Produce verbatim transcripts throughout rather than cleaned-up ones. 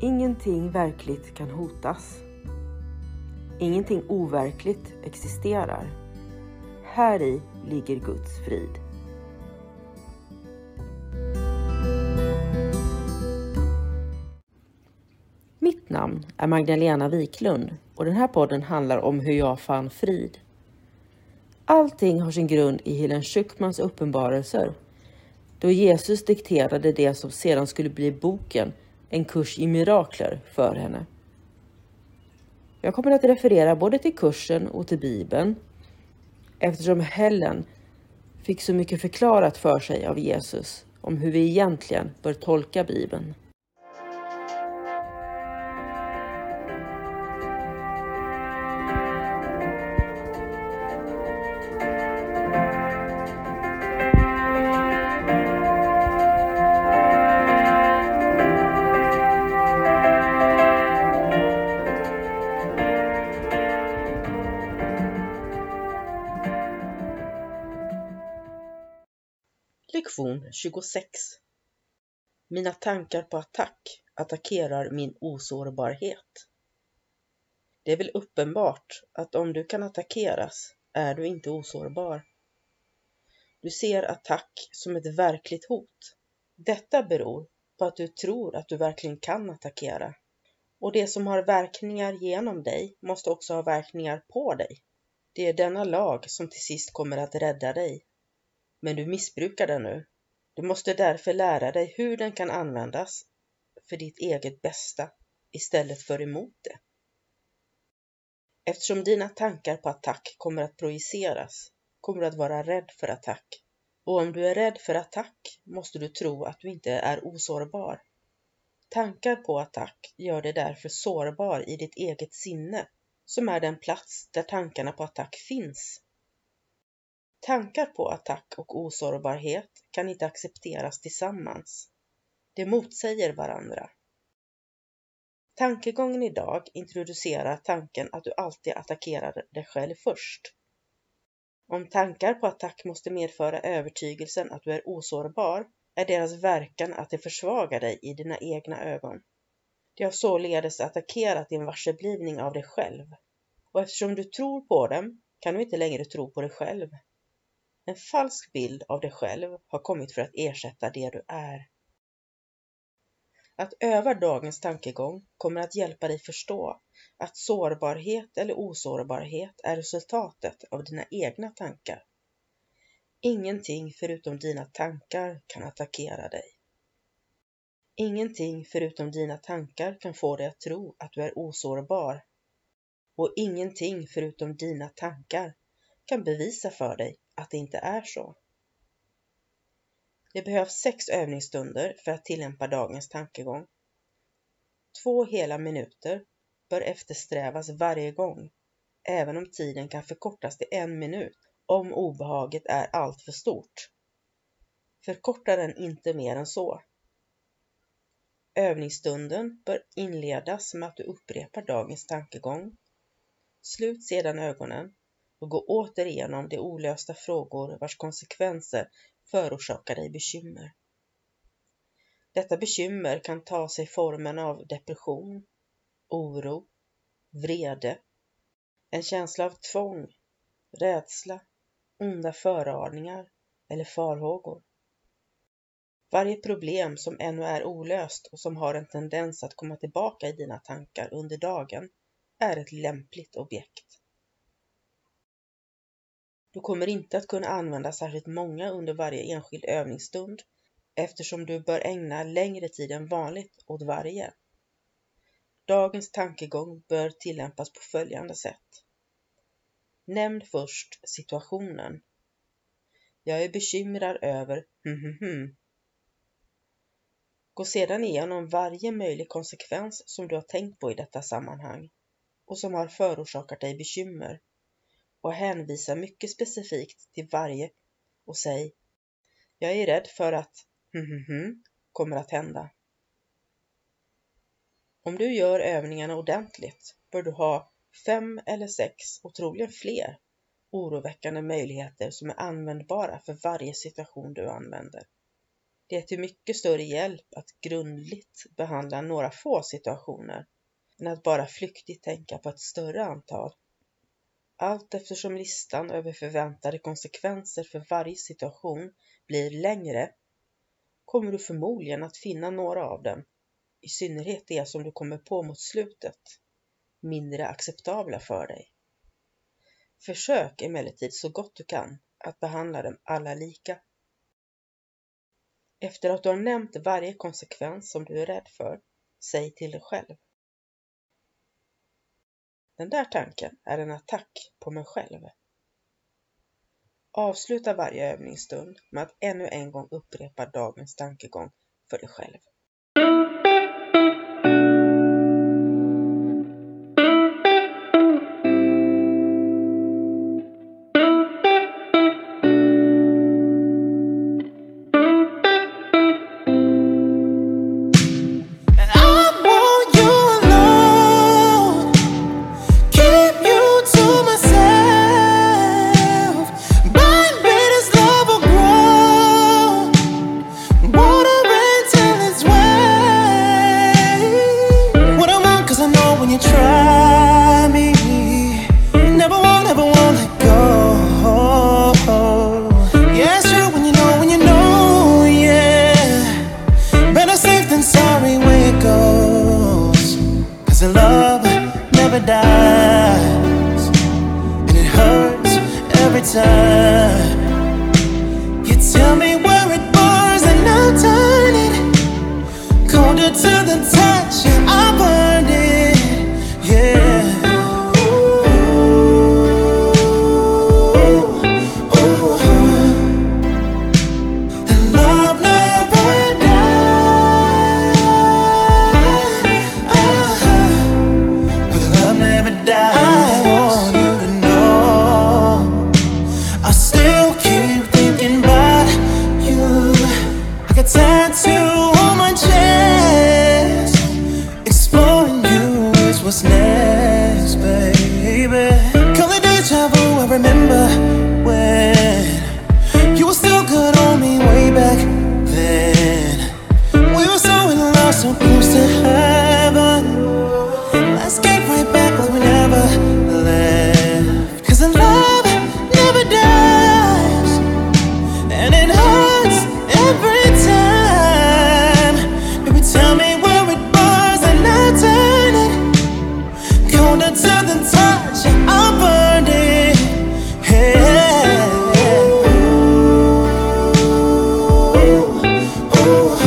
Ingenting verkligt kan hotas. Ingenting overkligt existerar. Här i ligger Guds frid. Mitt namn är Magdalena Wiklund och den här podden handlar om hur jag fann frid. Allting har sin grund i Helen Schuckmans uppenbarelser, då Jesus dikterade det som sedan skulle bli boken En kurs i mirakler för henne. Jag kommer att referera både till kursen och till Bibeln, eftersom Helen fick så mycket förklarat för sig av Jesus om hur vi egentligen bör tolka Bibeln. Lektion tjugosex. Mina tankar på attack attackerar min osårbarhet. Det är väl uppenbart att om du kan attackeras är du inte osårbar. Du ser attack som ett verkligt hot. Detta beror på att du tror att du verkligen kan attackera. Och det som har verkningar genom dig måste också ha verkningar på dig. Det är denna lag som till sist kommer att rädda dig. Men du missbrukar den nu. Du måste därför lära dig hur den kan användas för ditt eget bästa istället för emot det. Eftersom dina tankar på attack kommer att projiceras, kommer du att vara rädd för attack. Och om du är rädd för attack måste du tro att du inte är osårbar. Tankar på attack gör dig därför sårbar i ditt eget sinne, som är den plats där tankarna på attack finns. Tankar på attack och osårbarhet kan inte accepteras tillsammans. De motsäger varandra. Tankegången idag introducerar tanken att du alltid attackerar dig själv först. Om tankar på attack måste medföra övertygelsen att du är osårbar, är deras verkan att det försvagar dig i dina egna ögon. De har således attackerat din varseblivning av dig själv. Och eftersom du tror på dem kan du inte längre tro på dig själv. En falsk bild av dig själv har kommit för att ersätta det du är. Att öva dagens tankegång kommer att hjälpa dig förstå att sårbarhet eller osårbarhet är resultatet av dina egna tankar. Ingenting förutom dina tankar kan attackera dig. Ingenting förutom dina tankar kan få dig att tro att du är osårbar. Och ingenting förutom dina tankar kan bevisa för dig att det inte är så. Det behövs sex övningsstunder för att tillämpa dagens tankegång. Två hela minuter bör eftersträvas varje gång, även om tiden kan förkortas till en minut om obehaget är allt för stort. Förkorta den inte mer än så. Övningsstunden bör inledas med att du upprepar dagens tankegång. Slut sedan ögonen och gå åter igenom de olösta frågor vars konsekvenser förorsakar dig bekymmer. Detta bekymmer kan ta sig formen av depression, oro, vrede, en känsla av tvång, rädsla, onda föraningar eller farhågor. Varje problem som ännu är olöst och som har en tendens att komma tillbaka i dina tankar under dagen är ett lämpligt objekt. Du kommer inte att kunna använda särskilt många under varje enskild övningsstund eftersom du bör ägna längre tid än vanligt åt varje. Dagens tankegång bör tillämpas på följande sätt. Nämn först situationen. Jag är bekymrad över hm hm hm. Gå sedan igenom varje möjlig konsekvens som du har tänkt på i detta sammanhang och som har förorsakat dig bekymmer. Och hänvisa mycket specifikt till varje och säg: jag är rädd för att hm hm hm kommer att hända. Om du gör övningarna ordentligt bör du ha fem eller sex och troligen fler oroväckande möjligheter som är användbara för varje situation du använder. Det är till mycket större hjälp att grundligt behandla några få situationer än att bara flyktigt tänka på ett större antal. Allt eftersom listan över förväntade konsekvenser för varje situation blir längre kommer du förmodligen att finna några av dem, i synnerhet det som du kommer på mot slutet, mindre acceptabla för dig. Försök emellertid så gott du kan att behandla dem alla lika. Efter att du har nämnt varje konsekvens som du är rädd för, säg till dig själv: den där tanken är en attack på mig själv. Avsluta varje övningsstund med att ännu en gång upprepa dagens tankegång för dig själv. Love never dies, and it hurts every time. You tell me where it burns, and I'll turn it colder to the touch. I burned it, yeah. Tattoo on my chest, exploring you is what's next, baby. Call it deja vu, I remember when you were still good on me way back then. We were so in love, so close to heaven. Let's get right back like we never left. Cause the love never dies, and it hurts every time. Tell me where it burns, and I'll turn it colder to the touch. I'll burn it, yeah. Ooh, ooh,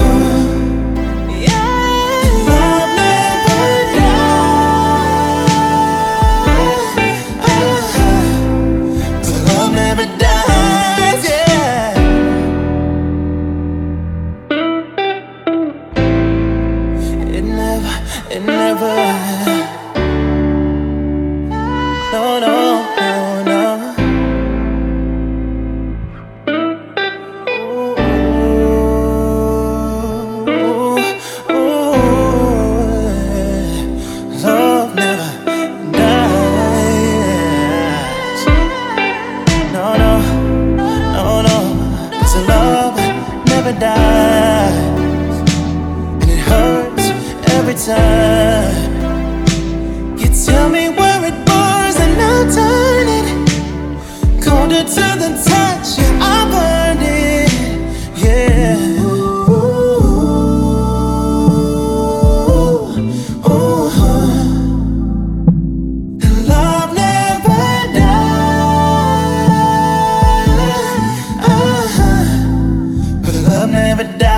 yeah. Love never dies, uh, love never dies, yeah. It never, it never. No, no, no, no. Ooh, ooh, love never dies. No, no, no, no. 'Cause love never dies, and it hurts every time. You tell me where it burns, and I'll turn it colder to the touch. I burned it, yeah. Ooh, ooh. Love never dies, uh-huh. But love never dies.